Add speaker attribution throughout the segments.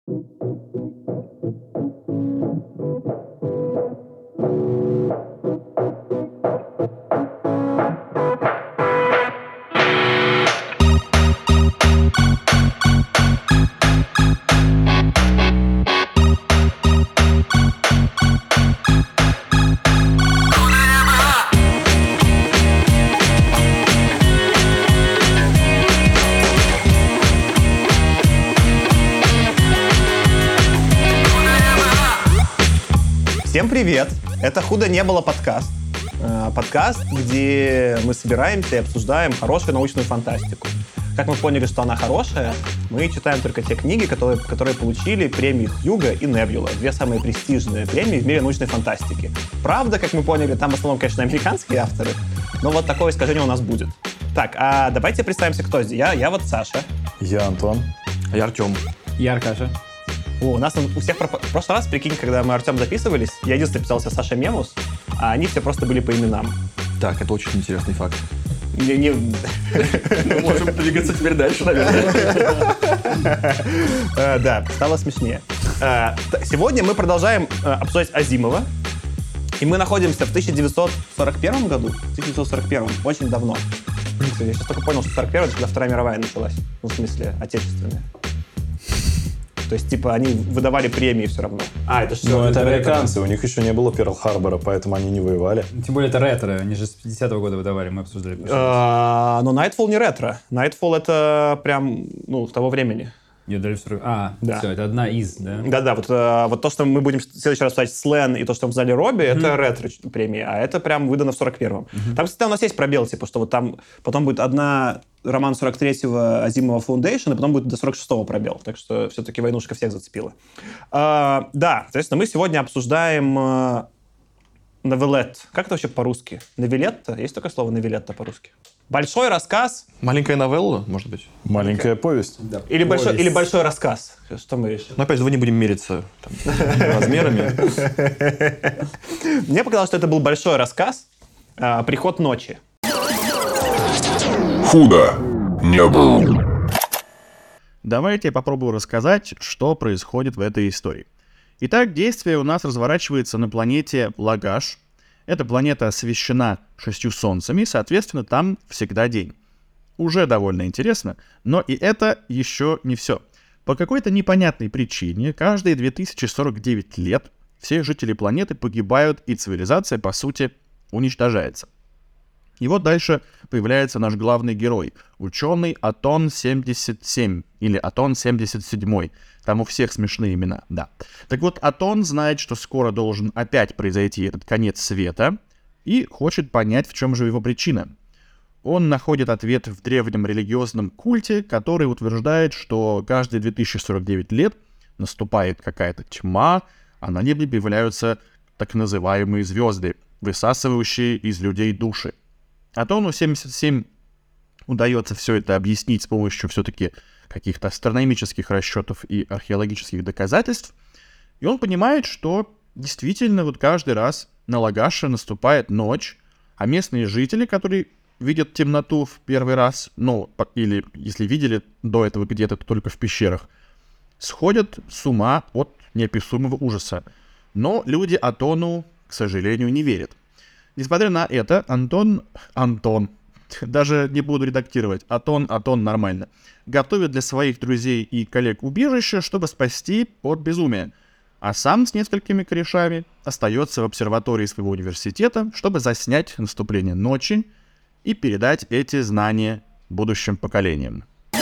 Speaker 1: Всем привет! Это «Худо не было» подкаст. Подкаст, где мы собираемся и обсуждаем хорошую научную фантастику. Как мы поняли, что она хорошая, мы читаем только те книги, которые получили премии Хьюго и Небюла. Две самые престижные премии в мире научной фантастики. Правда, как мы поняли, там в основном, конечно, американские авторы, но вот такое искажение у нас будет. Так, а давайте представимся, кто здесь. Я вот Саша.
Speaker 2: Я Антон.
Speaker 3: Я Артем.
Speaker 4: Я Аркаша.
Speaker 1: У нас у всех в прошлый раз, прикинь, когда мы Артем записывались, я единственный писался Саша Мемус, а они все просто были по именам.
Speaker 3: Так, это очень интересный факт.
Speaker 1: Мы
Speaker 3: можем двигаться теперь дальше, наверное.
Speaker 1: Да, стало смешнее. Сегодня мы продолжаем обсуждать Азимова. И мы находимся в 1941 году. 1941, очень давно. Я сейчас только понял, что 41 это когда Вторая мировая началась. Ну, в смысле, отечественная. То есть, типа, они выдавали премии все равно.
Speaker 2: Это все. Ну, это американцы, у них еще не было Перл-Харбора, поэтому они не воевали.
Speaker 4: Тем более это ретро, они же с 50-го года выдавали, мы обсуждали.
Speaker 1: Но Nightfall не ретро. Nightfall это прям, того времени.
Speaker 4: Да. Все, это одна из, да?
Speaker 1: Да, вот то, что мы будем в следующий раз писать Слен и то, что мы знали Робби, это ретро-премии, а это прям выдано в 41-м. Там, кстати, у нас есть пробел, типа, что вот там потом будет одна роман 43-го Азимова Foundation, и потом будет до 46-го пробел. Так что все-таки войнушка всех зацепила. Да, соответственно, мы сегодня обсуждаем новеллет. Как это вообще по-русски? Новелетта? Есть такое слово новелетта по-русски? Большой рассказ.
Speaker 3: Маленькая новелла, может быть?
Speaker 2: Маленькая повесть.
Speaker 4: Да.
Speaker 1: Или большой рассказ. Что мы решим?
Speaker 3: Но опять же, мы не будем мериться размерами.
Speaker 1: Мне показалось, что это был большой рассказ «Приход ночи».
Speaker 5: Худо не было.
Speaker 6: Давайте я попробую рассказать, что происходит в этой истории. Итак, действие у нас разворачивается на планете Лагаш. Эта планета освещена 6 солнцами, соответственно, там всегда день. Уже довольно интересно, но и это еще не все. По какой-то непонятной причине, каждые 2049 лет все жители планеты погибают, и цивилизация, по сути, уничтожается. И вот дальше появляется наш главный герой, ученый Атон-77, или Атон-77. Там у всех смешные имена, да. Так вот, Атон знает, что скоро должен опять произойти этот конец света, и хочет понять, в чем же его причина. Он находит ответ в древнем религиозном культе, который утверждает, что каждые 2049 лет наступает какая-то тьма, а на небе появляются так называемые звезды, высасывающие из людей души. Атону 77 удается все это объяснить с помощью все-таки каких-то астрономических расчетов и археологических доказательств, и он понимает, что действительно вот каждый раз на Лагаше наступает ночь, а местные жители, которые видят темноту в первый раз, или если видели до этого где-то только в пещерах, сходят с ума от неописуемого ужаса. Но люди Атону, к сожалению, не верят. Несмотря на это, Антон, даже не буду редактировать, Атон нормально, готовит для своих друзей и коллег убежище, чтобы спасти от безумия. А сам с несколькими корешами остается в обсерватории своего университета, чтобы заснять наступление ночи и передать эти знания будущим поколениям.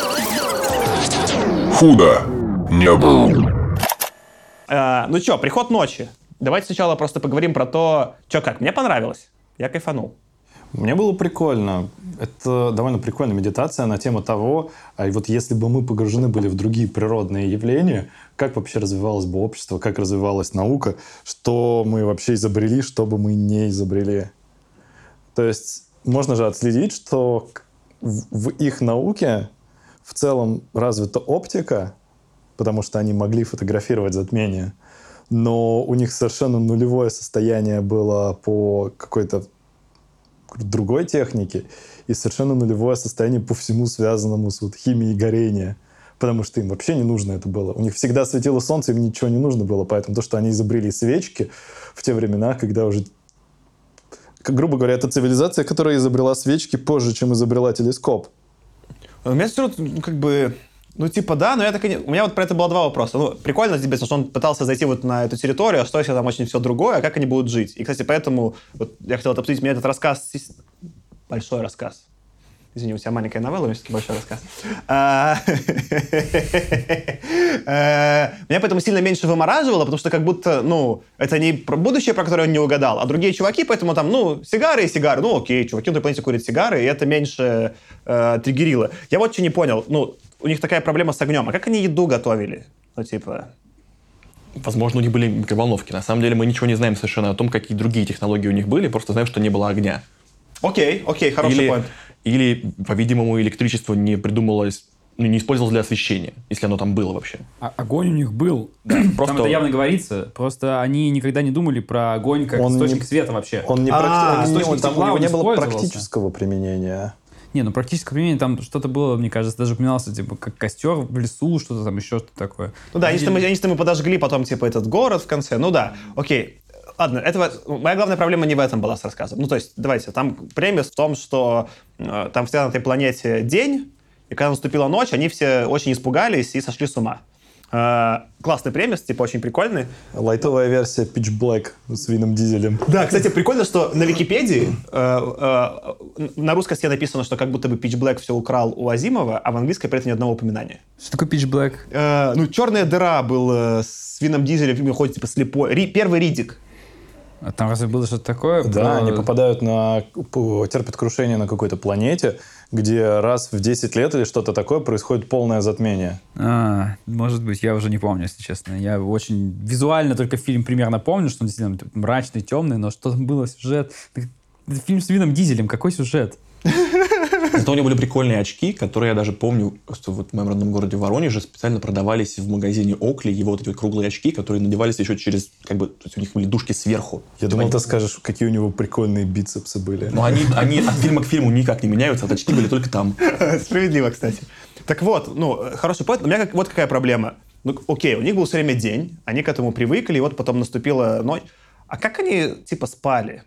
Speaker 5: Худо не было.
Speaker 1: «Приход ночи». Давайте сначала просто поговорим про то, как. Мне понравилось. Я кайфанул.
Speaker 2: Мне было прикольно. Это довольно прикольная медитация на тему того, а вот если бы мы погружены были в другие природные явления, как вообще развивалось бы общество, как развивалась наука, что мы вообще изобрели, что бы мы не изобрели. То есть можно же отследить, что в их науке в целом развита оптика, потому что они могли фотографировать затмения, но у них совершенно нулевое состояние было по какой-то другой технике и совершенно нулевое состояние по всему связанному с химией горения. потому что им вообще не нужно это было. У них всегда светило солнце, им ничего не нужно было. Поэтому то, что они изобрели свечки в те времена, когда уже... Грубо говоря, это цивилизация, которая изобрела свечки позже, чем изобрела телескоп.
Speaker 1: У меня все равно, как бы... Ну, типа, да, но я так и не... У меня вот про это было два вопроса. Ну, прикольно, тебе, что он пытался зайти вот на эту территорию, а что если там очень все другое, а как они будут жить? И, кстати, поэтому вот я хотел обсудить, мне этот рассказ... Большой рассказ. Извини, у тебя маленькая новелла, у меня все-таки большой рассказ. Меня поэтому сильно меньше вымораживало, потому что как будто, ну, это не про будущее, про которое он не угадал, а другие чуваки, поэтому там, ну, сигары и сигары. Ну, окей, чуваки на той планете курят сигары, и это меньше триггерило. Я вот что не понял. Ну, у них такая проблема с огнем. А как они еду готовили? Ну, типа...
Speaker 3: Возможно, у них были микроволновки. На самом деле мы ничего не знаем совершенно о том, какие другие технологии у них были, просто знаем, что не было огня.
Speaker 1: Окей, хороший point.
Speaker 3: Или, по-видимому, электричество не придумалось, ну, не использовалось для освещения, если оно там было вообще.
Speaker 4: Огонь у них был.
Speaker 3: Просто...
Speaker 4: Там это явно говорится. Просто они никогда не думали про огонь как источник света вообще.
Speaker 2: Он не
Speaker 4: источник
Speaker 2: там у
Speaker 4: тепла
Speaker 2: него
Speaker 4: он
Speaker 2: не было
Speaker 4: использовался.
Speaker 2: практического применения.
Speaker 4: Не, ну практическое применение там что-то было, мне кажется, даже упоминался, типа, как костер в лесу, что-то там, еще что-то такое.
Speaker 1: Ну да, они с тобой подожгли потом, типа, этот город в конце. Ну да, окей. Ладно, моя главная проблема не в этом была с рассказом. Ну, то есть, давайте, там премис в том, что там всегда на этой планете день, и когда наступила ночь, они все очень испугались и сошли с ума. Классный премис, типа, очень прикольный.
Speaker 2: Лайтовая версия Pitch Black с Вином Дизелем.
Speaker 1: Да, кстати, прикольно, что на Википедии на русской стене написано, что как будто бы Pitch Black все украл у Азимова, а в английской при этом ни одного упоминания.
Speaker 4: Что такое Pitch Black?
Speaker 1: Ну, «Черная дыра» был с Вином Дизелем, в фильме ходит, типа, слепой. Первый Риддик.
Speaker 4: А там разве было что-то такое?
Speaker 2: Да, они попадают терпят крушение на какой-то планете, где раз в 10 лет или что-то такое происходит полное затмение.
Speaker 4: Может быть, я уже не помню, если честно. Я очень визуально только фильм примерно помню, что он действительно мрачный, темный, но что там было, сюжет. Это фильм с Вином Дизелем, какой сюжет?
Speaker 3: Зато у него были прикольные очки, которые я даже помню, что вот в моем родном городе Воронеже специально продавались в магазине Окли, его вот эти вот круглые очки, которые надевались еще через, как бы, то есть у них были дужки сверху.
Speaker 2: Я думал, ты скажешь, какие у него прикольные бицепсы были.
Speaker 3: Но они от фильма к фильму никак не меняются, очки были только там.
Speaker 1: Справедливо, кстати. Так вот, ну, хороший point. У меня вот какая проблема. Ну, окей, у них был все время день, они к этому привыкли, и вот потом наступила ночь. А как они, типа, спали?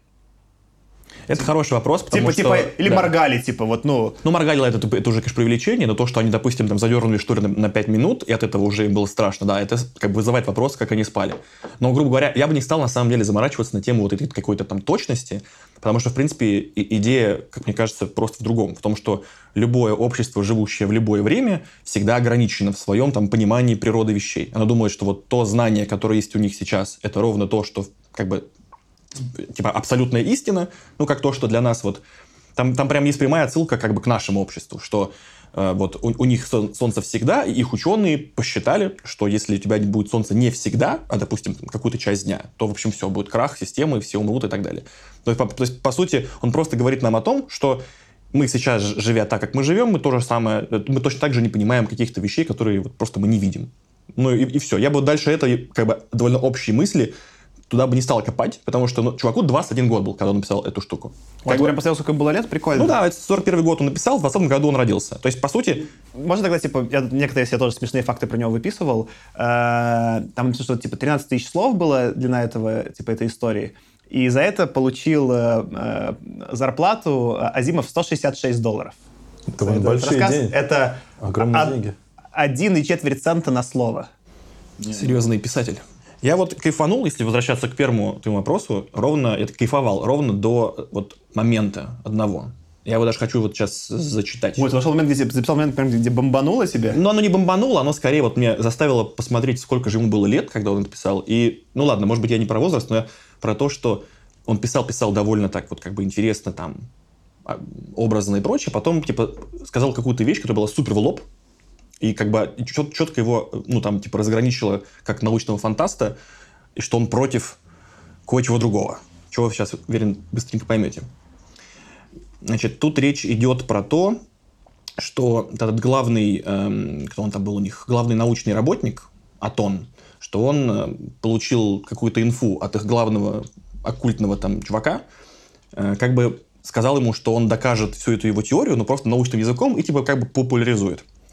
Speaker 3: Это хороший вопрос, потому что...
Speaker 1: Или моргали, типа, вот, ну...
Speaker 3: Ну, моргали, это уже, конечно, преувеличение, но то, что они, допустим, там задернули шторы на 5 минут, и от этого уже им было страшно, да, это как бы вызывает вопрос, как они спали. Но, грубо говоря, я бы не стал, на самом деле, заморачиваться на тему вот этой какой-то там точности, потому что, в принципе, идея, как мне кажется, просто в другом. В том, что любое общество, живущее в любое время, всегда ограничено в своем там понимании природы вещей. Оно думает, что вот то знание, которое есть у них сейчас, это ровно то, что, как бы, типа абсолютная истина, ну, как то, что для нас вот... Там прям есть прямая отсылка как бы к нашему обществу, что вот у них солнце всегда, и их ученые посчитали, что если у тебя будет солнце не всегда, а, допустим, какую-то часть дня, то, в общем, все, будет крах системы, все умрут и так далее. То есть, по сути, он просто говорит нам о том, что мы сейчас, живя так, как мы живем, мы точно так же не понимаем каких-то вещей, которые вот просто мы не видим. Ну и все. Я бы дальше это, как бы, довольно общие мысли туда бы не стал копать, потому что чуваку 21 год был, когда он написал эту штуку.
Speaker 1: Как прям поставил, сколько ему было лет? Прикольно.
Speaker 3: Ну да, это 41 год он написал, в 20 году он родился. То есть, по сути...
Speaker 1: Можно тогда, типа, некоторые себе тоже смешные факты про него выписывал. Там написано, что, типа, 13 тысяч слов была длина этой истории. И за это получил зарплату Азимов $166.
Speaker 2: Это большие деньги.
Speaker 1: Это
Speaker 2: огромные деньги.
Speaker 1: 1,4 цента на слово.
Speaker 3: Серьезный писатель. Я вот кайфанул, если возвращаться к первому твоему вопросу, я кайфовал ровно до вот момента одного. Я его даже хочу вот сейчас зачитать.
Speaker 1: Ой, ты нашел момент, записал момент, где бомбануло тебя?
Speaker 3: Ну, оно не бомбануло, оно скорее вот меня заставило посмотреть, сколько же ему было лет, когда он это писал. И, ну ладно, может быть, я не про возраст, но я про то, что он писал довольно так вот как бы интересно там, образно и прочее. Потом, типа, сказал какую-то вещь, которая была супер в лоб. И как бы четко его, ну, там, типа, разграничило как научного фантаста, и что он против кое-чего другого. Чего вы сейчас, уверен, быстренько поймете. Значит, тут речь идет про то, что этот главный, кто он там был у них, главный научный работник, Атон, что он получил какую-то инфу от их главного оккультного там чувака, как бы сказал ему, что он докажет всю эту его теорию, но просто научным языком и типа как бы популяризует.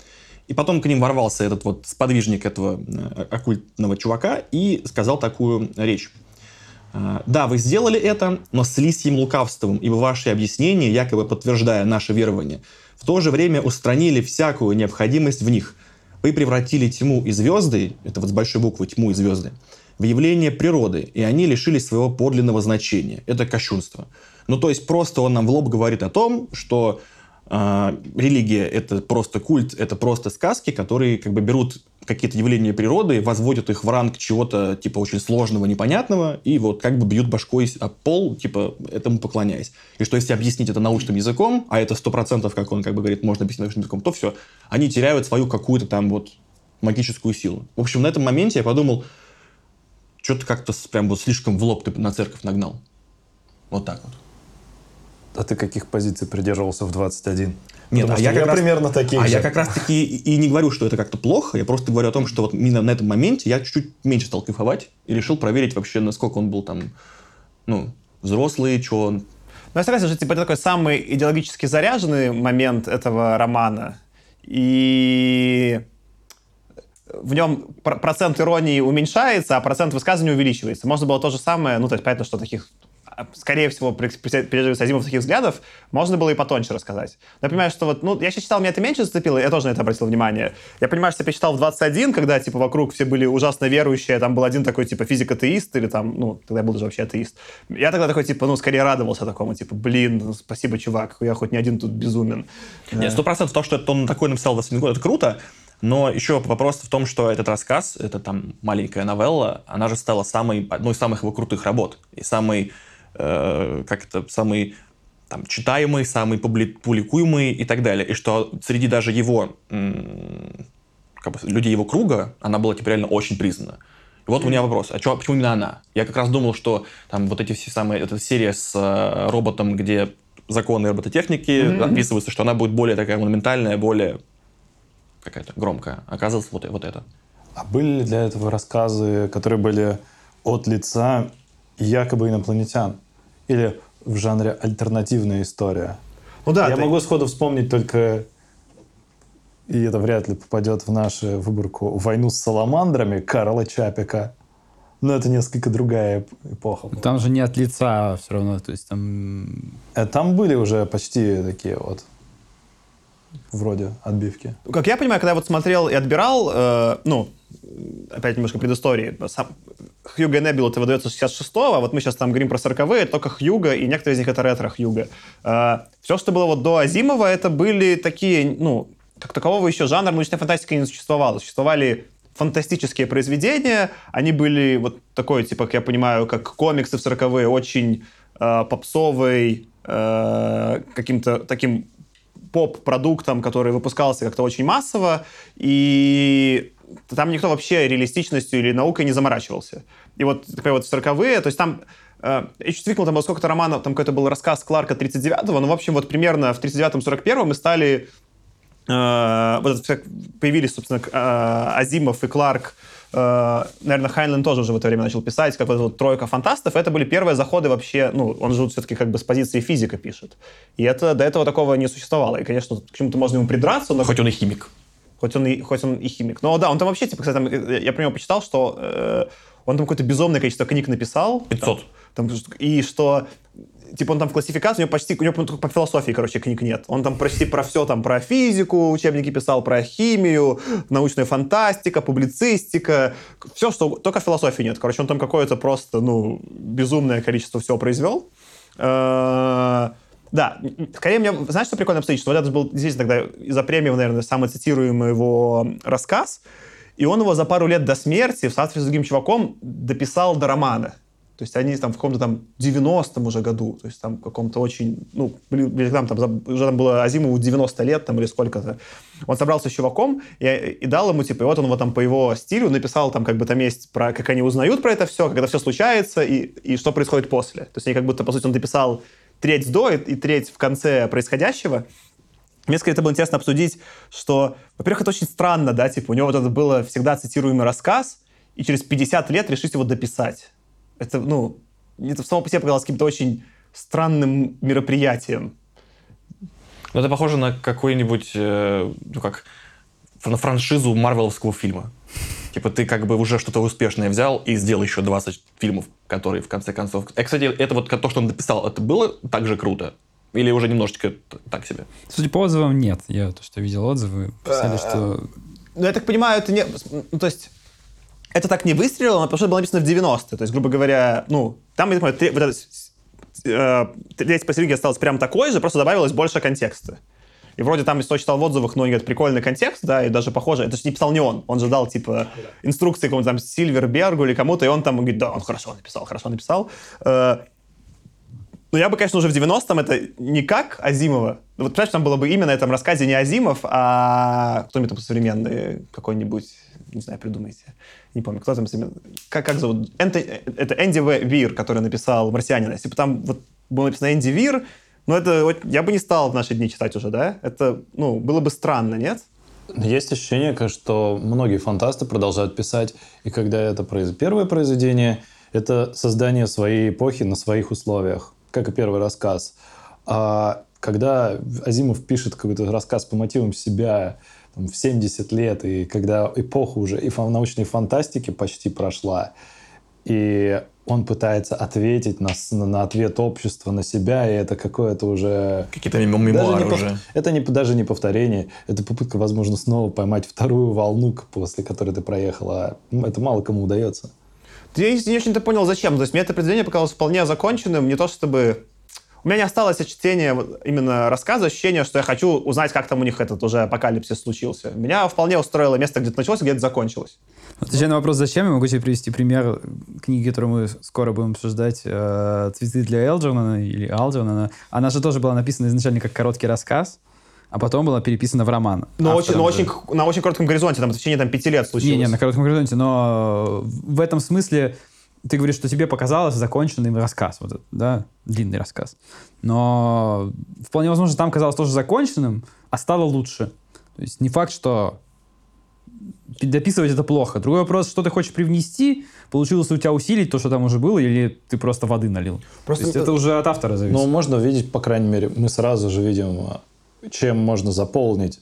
Speaker 3: И потом к ним ворвался этот вот сподвижник этого оккультного чувака и сказал такую речь. Да, вы сделали это, но с лисьим лукавством, ибо ваши объяснения, якобы подтверждая наше верование, в то же время устранили всякую необходимость в них. Вы превратили тьму и звезды, это вот с большой буквы тьму и звезды, в явление природы, и они лишились своего подлинного значения. Это кощунство. Ну, то есть, просто он нам в лоб говорит о том, что религия — это просто культ, это просто сказки, которые как бы берут какие-то явления природы, возводят их в ранг чего-то типа очень сложного, непонятного, и вот как бы бьют башкой об пол, типа этому поклоняясь. И что если объяснить это научным языком, а это 100%, как он как бы говорит, можно объяснить научным языком, то все, они теряют свою какую-то там вот магическую силу. В общем, на этом моменте я подумал, что-то как-то прям вот слишком в лоб ты на церковь нагнал. Вот так вот.
Speaker 2: А ты каких позиций придерживался в 21?
Speaker 3: Нет,
Speaker 2: Потому что я примерно таких же.
Speaker 3: я как раз-таки и не говорю, что это как-то плохо, я просто говорю о том, что вот именно на этом моменте я чуть-чуть меньше стал кайфовать и решил проверить вообще, насколько он был там, ну, взрослый, что он...
Speaker 1: Ну, я согласен, что типа, это такой самый идеологически заряженный момент этого романа. И в нем процент иронии уменьшается, а процент высказывания увеличивается. Можно было то же самое, ну, то есть понятно, что таких... скорее всего, придерживаясь Азимов таких взглядов, можно было и потоньше рассказать. Но я понимаю, что вот, ну, я сейчас читал, меня это меньше зацепило, я тоже на это обратил внимание. Я понимаю, что я перечитал в 21, когда, типа, вокруг все были ужасно верующие, там был один такой, типа, физик-атеист, или там, ну, тогда я был даже вообще атеист. Я тогда такой, типа, ну, скорее радовался такому, типа, блин, спасибо, чувак, я хоть не один тут безумен.
Speaker 3: Нет, 100% то, что он такой написал в 21 год, это круто, но еще вопрос в том, что этот рассказ, это там маленькая новелла, она же стала одной из самых его крутых работ, и самый самый там, читаемый, самый публикуемый и так далее. И что среди даже его как бы, людей его круга она была типа реально очень признана. И вот у меня вопрос, почему именно она? Я как раз думал, что там вот эти все самые, эта серия с роботом, где законы робототехники описываются, что она будет более такая монументальная, более какая-то громкая. Оказывается, вот это.
Speaker 2: А были ли для этого рассказы, которые были от лица якобы инопланетян? Или в жанре альтернативная история?
Speaker 1: Ну да,
Speaker 2: я могу сходу вспомнить только, и это вряд ли попадет в нашу выборку, «Войну с саламандрами» Карла Чапика. Но это несколько другая эпоха.
Speaker 4: Там же не от лица все равно, то есть там...
Speaker 2: Там были уже почти такие вот, вроде отбивки.
Speaker 1: Как я понимаю, когда я вот смотрел и отбирал, ну, опять немножко предыстории, Хьюго и Небюл это выдается с 66-го, а вот мы сейчас там говорим про 40-е, только Хьюго, и некоторые из них это ретро-Хьюго. Все, что было вот до Азимова, это были такие, ну, как такового еще жанра научной фантастики не существовало. Существовали фантастические произведения, они были вот такой, типа, как я понимаю, как комиксы в 40-е, очень попсовый, каким-то таким поп-продуктом, который выпускался как-то очень массово, и там никто вообще реалистичностью или наукой не заморачивался. И вот, например, вот в 40-е, то есть там еще Твикнул, там было сколько-то романов, там какой-то был рассказ Кларка 39-го, ну, в общем, вот примерно в 39-м, 41-м мы стали, вот это, появились, собственно, Азимов и Кларк, наверное, Хайнлайн тоже уже в это время начал писать, как вот тройка фантастов, это были первые заходы вообще, ну, он же все-таки как бы с позиции физика пишет. И это до этого такого не существовало. И, конечно, к чему-то можно ему придраться, но...
Speaker 3: Хоть он и химик.
Speaker 1: Хоть он и химик. Но да, он там вообще, типа, кстати, там, я про него почитал, что он там какое-то безумное количество книг написал.
Speaker 3: 500.
Speaker 1: И что, типа, он там в классификации, у него по философии, короче, книг нет. Он там почти про все, там, про физику учебники писал, про химию, научная фантастика, публицистика. Все, что только философии нет. Короче, он там какое-то просто, ну, безумное количество всего произвел. Да, скорее мне, знаешь, что прикольно обстоит, что вот это был действительно тогда из-за премии, наверное, самый цитируемый его рассказ, и он его за пару лет до смерти в соответствии с другим чуваком дописал до романа. То есть они там в каком-то там 90-м уже году, то есть там в каком-то очень, ну, ближе к нам, там, уже там было Азимову 90 лет там или сколько-то. Он собрался с чуваком и дал ему, типа, и вот он вот там по его стилю написал, там как бы там есть про, как они узнают про это все, как это все случается и что происходит после. То есть они как будто, по сути, он дописал треть до и треть в конце происходящего. Мне, скорее, это было интересно обсудить, что, во-первых, это очень странно, да, типа, у него вот это было всегда цитируемый рассказ, и через 50 лет решить его дописать. Это, ну, это само по себе показалось каким-то очень странным мероприятием.
Speaker 3: Ну, это похоже на какой-нибудь, ну, как франшизу марвеловского фильма. Типа ты как бы уже что-то успешное взял и сделал еще 20 фильмов, которые в конце концов... Кстати, это вот то, что он написал, это было так же круто? Или уже немножечко так себе?
Speaker 4: Судя по отзывам, нет. Я то, что видел отзывы, писали, что...
Speaker 1: Ну, я так понимаю, это не... Ну, то есть, это так не выстрелило, потому что это было написано в 90-е. То есть, грубо говоря, ну, там, я думаю, третий посередине осталось прям такой же, просто добавилось больше контекста. И вроде там, если кто читал в отзывах, ну, говорят, прикольный контекст, да, и даже похоже, это же не писал не он же дал, типа, инструкции кому-то там Сильвербергу или кому-то, и он там говорит, да, он хорошо написал. Но я бы, конечно, уже в 90-м это не как Азимова. Вот, понимаешь, там было бы имя на этом рассказе не Азимов, а кто-нибудь там современный, какой-нибудь, не знаю, придумайте. Не помню, кто там современный. Как зовут? Это Энди Вир, который написал «Марсианина». Если бы там вот было написано Энди Вир, ну, это вот, я бы не стал в наши дни читать уже, да? Это, ну, было бы странно, нет?
Speaker 2: Есть ощущение, что многие фантасты продолжают писать, и когда это первое произведение, это создание своей эпохи на своих условиях, как и первый рассказ. А когда Азимов пишет какой-то рассказ по мотивам себя там, в 70 лет, и когда эпоха уже и научной фантастики почти прошла, и он пытается ответить на ответ общества, на себя, и это какое-то уже...
Speaker 3: Какие-то мемуары уже.
Speaker 2: Это даже не повторение, это попытка, возможно, снова поймать вторую волну, после которой ты проехала. Это мало кому удается.
Speaker 1: Я не очень-то понял, зачем. То есть мне это произведение показалось вполне законченным, не то чтобы... У меня не осталось от чтения именно рассказа ощущения, что я хочу узнать, как там у них этот уже апокалипсис случился. Меня вполне устроило место, где-то началось, где-то закончилось.
Speaker 4: Отвечая на вопрос, зачем, я могу тебе привести пример книги, которую мы скоро будем обсуждать, «Цветы для Элджернона» или Алджернона. Она же тоже была написана изначально как короткий рассказ, а потом была переписана в роман.
Speaker 1: На очень коротком горизонте, там в течение 5 лет случилось.
Speaker 4: Не, на коротком горизонте, но в этом смысле ты говоришь, что тебе показалось законченный рассказ, вот этот, да, длинный рассказ. Но вполне возможно, там казалось тоже законченным, а стало лучше. То есть не факт, что дописывать это плохо. Другой вопрос, что ты хочешь привнести, получилось у тебя усилить то, что там уже было, или ты просто воды налил. То есть это уже от автора зависит.
Speaker 2: Ну, можно видеть, по крайней мере, мы сразу же видим, чем можно заполнить,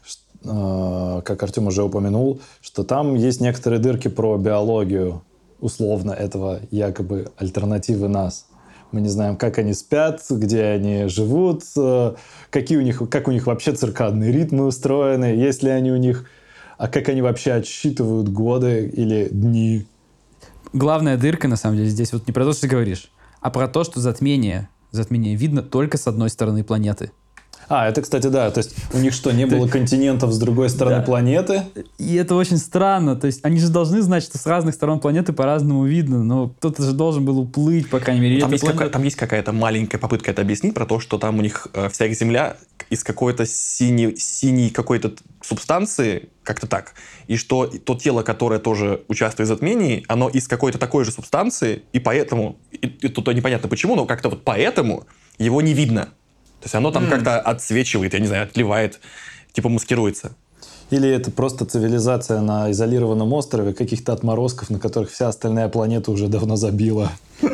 Speaker 2: как Артем уже упомянул, что там есть некоторые дырки про биологию, условно, этого якобы альтернативы нас. Мы не знаем, как они спят, где они живут, как у них вообще циркадные ритмы устроены, есть ли они у них, а как они вообще отсчитывают годы или дни.
Speaker 4: Главная дырка, на самом деле, здесь вот не про то, что ты говоришь, а про то, что затмение видно только с одной стороны планеты.
Speaker 2: Это, кстати, да. То есть у них что, не было континентов с другой стороны планеты?
Speaker 4: И это очень странно. То есть они же должны знать, что с разных сторон планеты по-разному видно, но кто-то же должен был уплыть, по крайней мере.
Speaker 3: Там есть какая-то маленькая попытка это объяснить, про то, что там у них вся их Земля из какой-то синей какой-то субстанции, как-то так. И что то тело, которое тоже участвует в затмении, оно из какой-то такой же субстанции, и поэтому, и тут непонятно почему, но как-то вот поэтому его не видно. То есть оно там как-то отсвечивает, я не знаю, отливает, типа маскируется.
Speaker 2: Или это просто цивилизация на изолированном острове, каких-то отморозков, на которых вся остальная планета уже давно забила.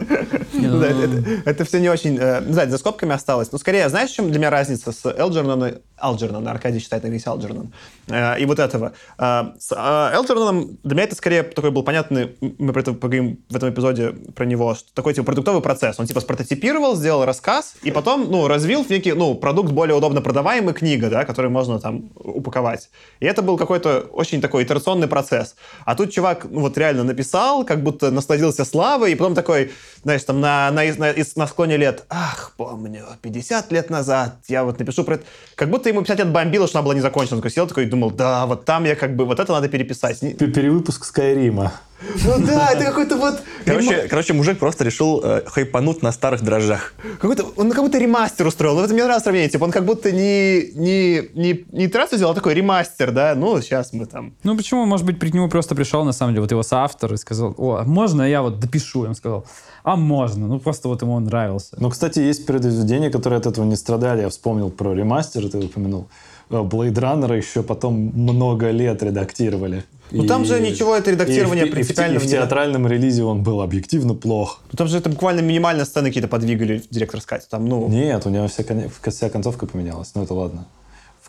Speaker 1: Это все не очень... Да, за скобками осталось. Но скорее, знаешь, в чем для меня разница с Элджерноном, Аркадий считает английский Алджернон, и вот этого. С Элджерноном для меня это скорее такой был понятный, мы про это поговорим в этом эпизоде про него, что такой типа продуктовый процесс. Он типа спрототипировал, сделал рассказ, и потом, развил в некий, продукт более удобно продаваемый, книга, да, который можно там упаковать. И это был какой-то очень такой итерационный процесс. А тут чувак, реально написал, как будто насладился славой, и потом такой, знаешь, там на склоне лет, помню, 50 лет назад я вот напишу про это. Как будто ему 50 лет бомбило, что она была не закончена. Он такой сидел такой и думал, да, вот там я как бы, вот это надо переписать.
Speaker 2: Перевыпуск Скайрима.
Speaker 1: Ну да, это какой-то вот...
Speaker 3: Короче, мужик просто решил хайпануть на старых дрожжах.
Speaker 1: Он как будто ремастер устроил. Вот это мне нравится сравнение. Типа он как будто не итерацию сделал, а такой ремастер, да? Сейчас мы там...
Speaker 4: Почему? Может быть, к нему просто пришел, на самом деле, вот его соавтор и сказал, можно я вот допишу? И он сказал, можно. Просто вот ему он нравился.
Speaker 2: Кстати, есть произведения, которые от этого не страдали. Я вспомнил про ремастер, ты упомянул. Blade Runner еще потом много лет редактировали.
Speaker 1: Там же ничего, это редактирование принципиально...
Speaker 2: И в театральном релизе он был объективно плох.
Speaker 1: Там же это буквально минимально сцены какие-то подвигали, директор сказать.
Speaker 2: Нет, у него вся концовка поменялась, но это ладно.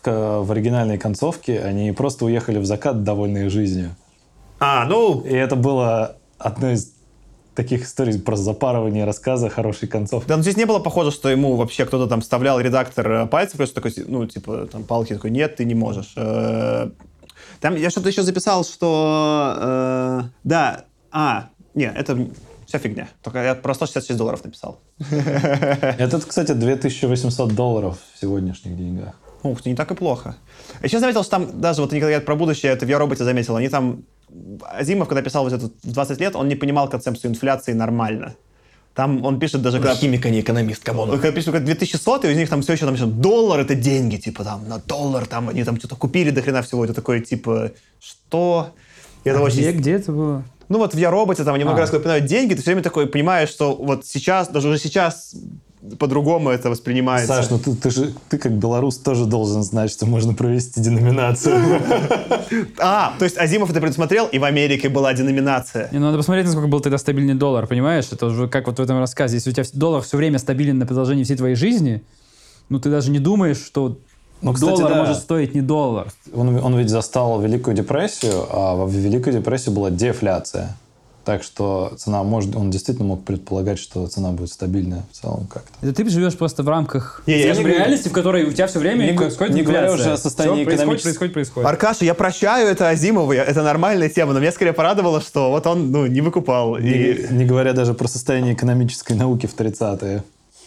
Speaker 2: в оригинальной концовке они просто уехали в закат, довольные жизнью.
Speaker 1: Ну...
Speaker 2: И это было одной из таких историй про запарывание рассказа, хорошей концовки.
Speaker 1: Да, но здесь не было похоже, что ему вообще кто-то там вставлял редактор пальцев, просто такой, там, палки такой, нет, ты не можешь. Там я что-то еще записал, что... нет, это вся фигня. Только я про $166 написал.
Speaker 2: Это, кстати, $2800 в сегодняшних деньгах.
Speaker 1: Ух, не так и плохо. Еще заметил, что там, даже вот они говорят про будущее, это в «Я, роботе» заметил, они там... Азимов, когда писал вот это в 20 лет, он не понимал концепцию инфляции нормально. Там он пишет даже...
Speaker 3: Химик, а не экономист, камон.
Speaker 1: Когда пишет 2100, и у них там все еще там пишут, доллар — это деньги, типа там, на доллар, там они там что-то купили до хрена всего. Это такое, типа, что? Это очень...
Speaker 4: Где это было?
Speaker 1: Ну вот в «Я, роботе» там они много раз упоминают деньги, ты все время такой понимаешь, что вот сейчас, даже уже сейчас по-другому это воспринимается.
Speaker 2: Саш, ну ты как белорус тоже должен знать, что можно провести деноминацию.
Speaker 1: То есть Азимов это предусмотрел, и в Америке была деноминация.
Speaker 4: Надо посмотреть, насколько был тогда стабильный доллар, понимаешь? Это уже как вот в этом рассказе. Если у тебя доллар все время стабилен на продолжении всей твоей жизни, ты даже не думаешь, что доллар может стоить не доллар.
Speaker 2: Он ведь застал Великую депрессию, а в Великой депрессии была дефляция. Так что он действительно мог предполагать, что цена будет стабильная в целом как-то.
Speaker 4: Это ты живешь просто в рамках реальности, в которой у тебя все время происходит
Speaker 2: не
Speaker 4: инфляция.
Speaker 2: говоря уже о состоянии экономического.
Speaker 4: Происходит.
Speaker 1: Аркаша, я прощаю это Азимову, это нормальная тема, но меня скорее порадовало, что вот он не выкупал.
Speaker 2: Не говоря даже про состояние экономической науки в 30-е.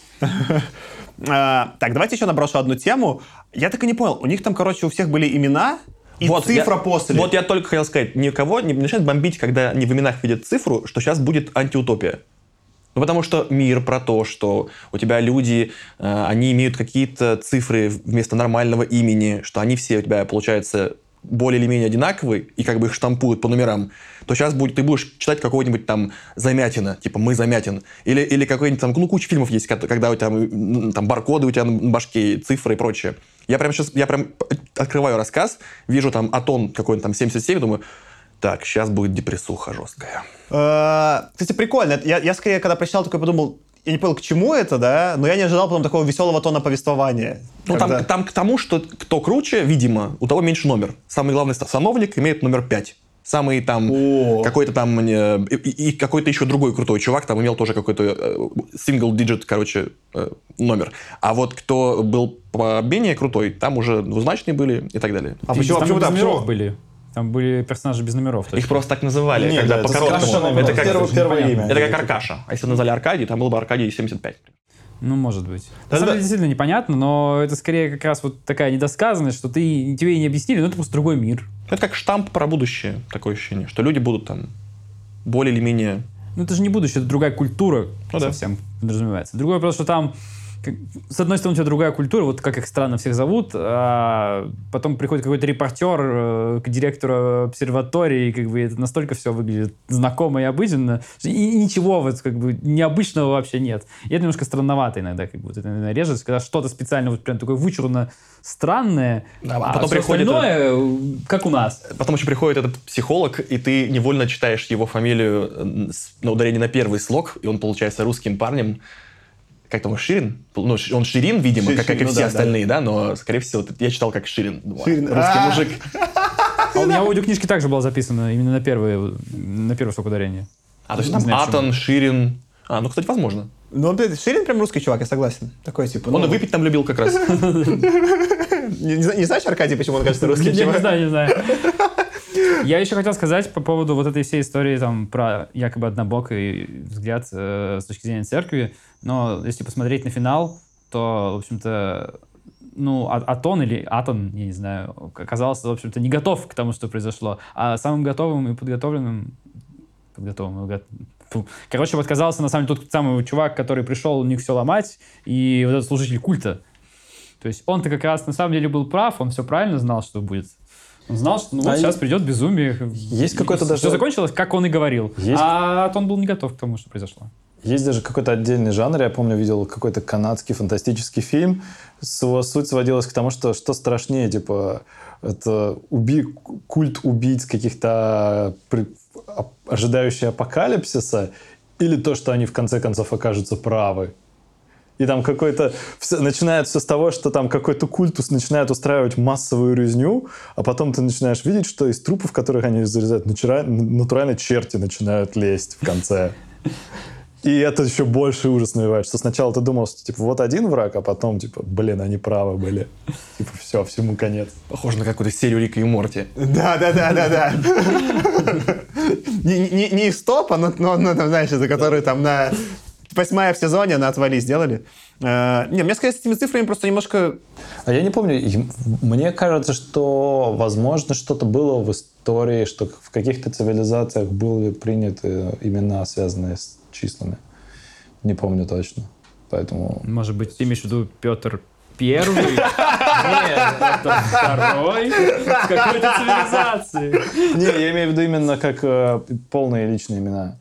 Speaker 1: Так, давайте еще наброшу одну тему. Я так и не понял, у них там, у всех были имена, и цифра после.
Speaker 3: Вот я только хотел сказать, никого не начинает бомбить, когда они в именах видят цифру, что сейчас будет антиутопия. Потому что мир про то, что у тебя люди, они имеют какие-то цифры вместо нормального имени, что они все у тебя, получается, более или менее одинаковые, и как бы их штампуют по номерам, то сейчас ты будешь читать какого-нибудь там Замятина, типа «Мы Замятин». Или какой-нибудь там, куча фильмов есть, когда у тебя там баркоды у тебя на башке, цифры и прочее. Я прям открываю рассказ, вижу там Атон какой-нибудь там 77, думаю, так, сейчас будет депрессуха жесткая.
Speaker 1: Кстати, прикольно. Я скорее, когда прочитал, такой подумал, я не понял, к чему это, да, но я не ожидал потом такого веселого тона повествования.
Speaker 3: Там к тому, что кто круче, видимо, у того меньше номер. Самый главный сановник имеет номер 5. Самый там какой-то там и какой-то еще другой крутой чувак там имел тоже какой-то single digit, номер. А вот кто был менее крутой, там уже двузначные были и так далее.
Speaker 1: Почему
Speaker 4: там были? Там были персонажи без номеров.
Speaker 3: Их просто так называли.
Speaker 2: Нет,
Speaker 3: когда
Speaker 2: это
Speaker 3: по короткому.
Speaker 2: это первое имя.
Speaker 3: Это как Аркаша. А если назвали Аркадий, там был бы Аркадий 75.
Speaker 4: Может быть. На самом деле, действительно непонятно, но это скорее как раз вот такая недосказанность, что тебе и не объяснили, но это просто другой мир.
Speaker 3: Это как штамп про будущее, такое ощущение, что люди будут там более или менее...
Speaker 4: Это же не будущее, это другая культура совсем подразумевается. Другой вопрос, что там с одной стороны, у тебя другая культура, вот как их странно всех зовут, а потом приходит какой-то репортер к директору обсерватории, и это настолько все выглядит знакомо и обыденно, и ничего вот необычного вообще нет. И это немножко странновато иногда, это режется, когда что-то специально вот прям такое вычурно странное, а потом приходит остальное, как у нас.
Speaker 3: Потом еще приходит этот психолог, и ты невольно читаешь его фамилию на ударение на первый слог, и он получается русским парнем. Как там, Ширин? Он Ширин, видимо, как и все остальные, да, но, скорее всего, я читал как Ширин. Русский мужик.
Speaker 4: А у меня аудиокнижки также было записано именно на первый слог ударения.
Speaker 3: То есть там Атон, Ширин... кстати, возможно.
Speaker 1: Ширин прям русский чувак, я согласен. Такой, типа...
Speaker 3: Он и выпить там любил как раз.
Speaker 1: Не знаешь, Аркадий, почему он кажется русским чуваком?
Speaker 4: Не знаю. Я еще хотел сказать по поводу вот этой всей истории там про якобы однобокий взгляд с точки зрения церкви. Но если посмотреть на финал, то, в общем-то, Атон, я не знаю, оказался, в общем-то, не готов к тому, что произошло. А самым готовым и подготовленным... Короче, вот оказался, на самом деле, тот самый чувак, который пришел у них все ломать, и вот этот служитель культа. То есть он-то как раз на самом деле был прав, он все правильно знал, что будет. Он знал, что сейчас придет безумие.
Speaker 2: Есть какой-то даже...
Speaker 4: Все закончилось, как он и говорил. А он был не готов к тому, что произошло.
Speaker 2: Есть даже какой-то отдельный жанр. Я помню, видел какой-то канадский фантастический фильм. Суть сводилась к тому, что страшнее, типа, это культ убийц каких-то ожидающий апокалипсиса, или то, что они в конце концов окажутся правы. И там какой-то... Начинает все с того, что там какой-то культус начинает устраивать массовую резню, а потом ты начинаешь видеть, что из трупов, которых они зарезают, натурально черти начинают лезть в конце. И это еще больше ужас навевает, что сначала ты думал, что типа вот один враг, а потом типа, блин, они правы были. Типа все, всему конец.
Speaker 3: Похоже на какую-то серию Рика и Морти.
Speaker 1: Да. Не из топа, но знаешь, за которые там на 8-я в сезоне на отвали сделали. Не, мне сказать, с этими цифрами просто немножко...
Speaker 2: А я не помню, мне кажется, что, возможно, что-то было в истории, что в каких-то цивилизациях были приняты имена, связанные с числами. Не помню точно. Поэтому...
Speaker 4: Может быть, ты имеешь в виду Петр Первый? Нет, Петр Второй? В какой-то цивилизации.
Speaker 2: Не, я имею в виду именно как полные личные имена.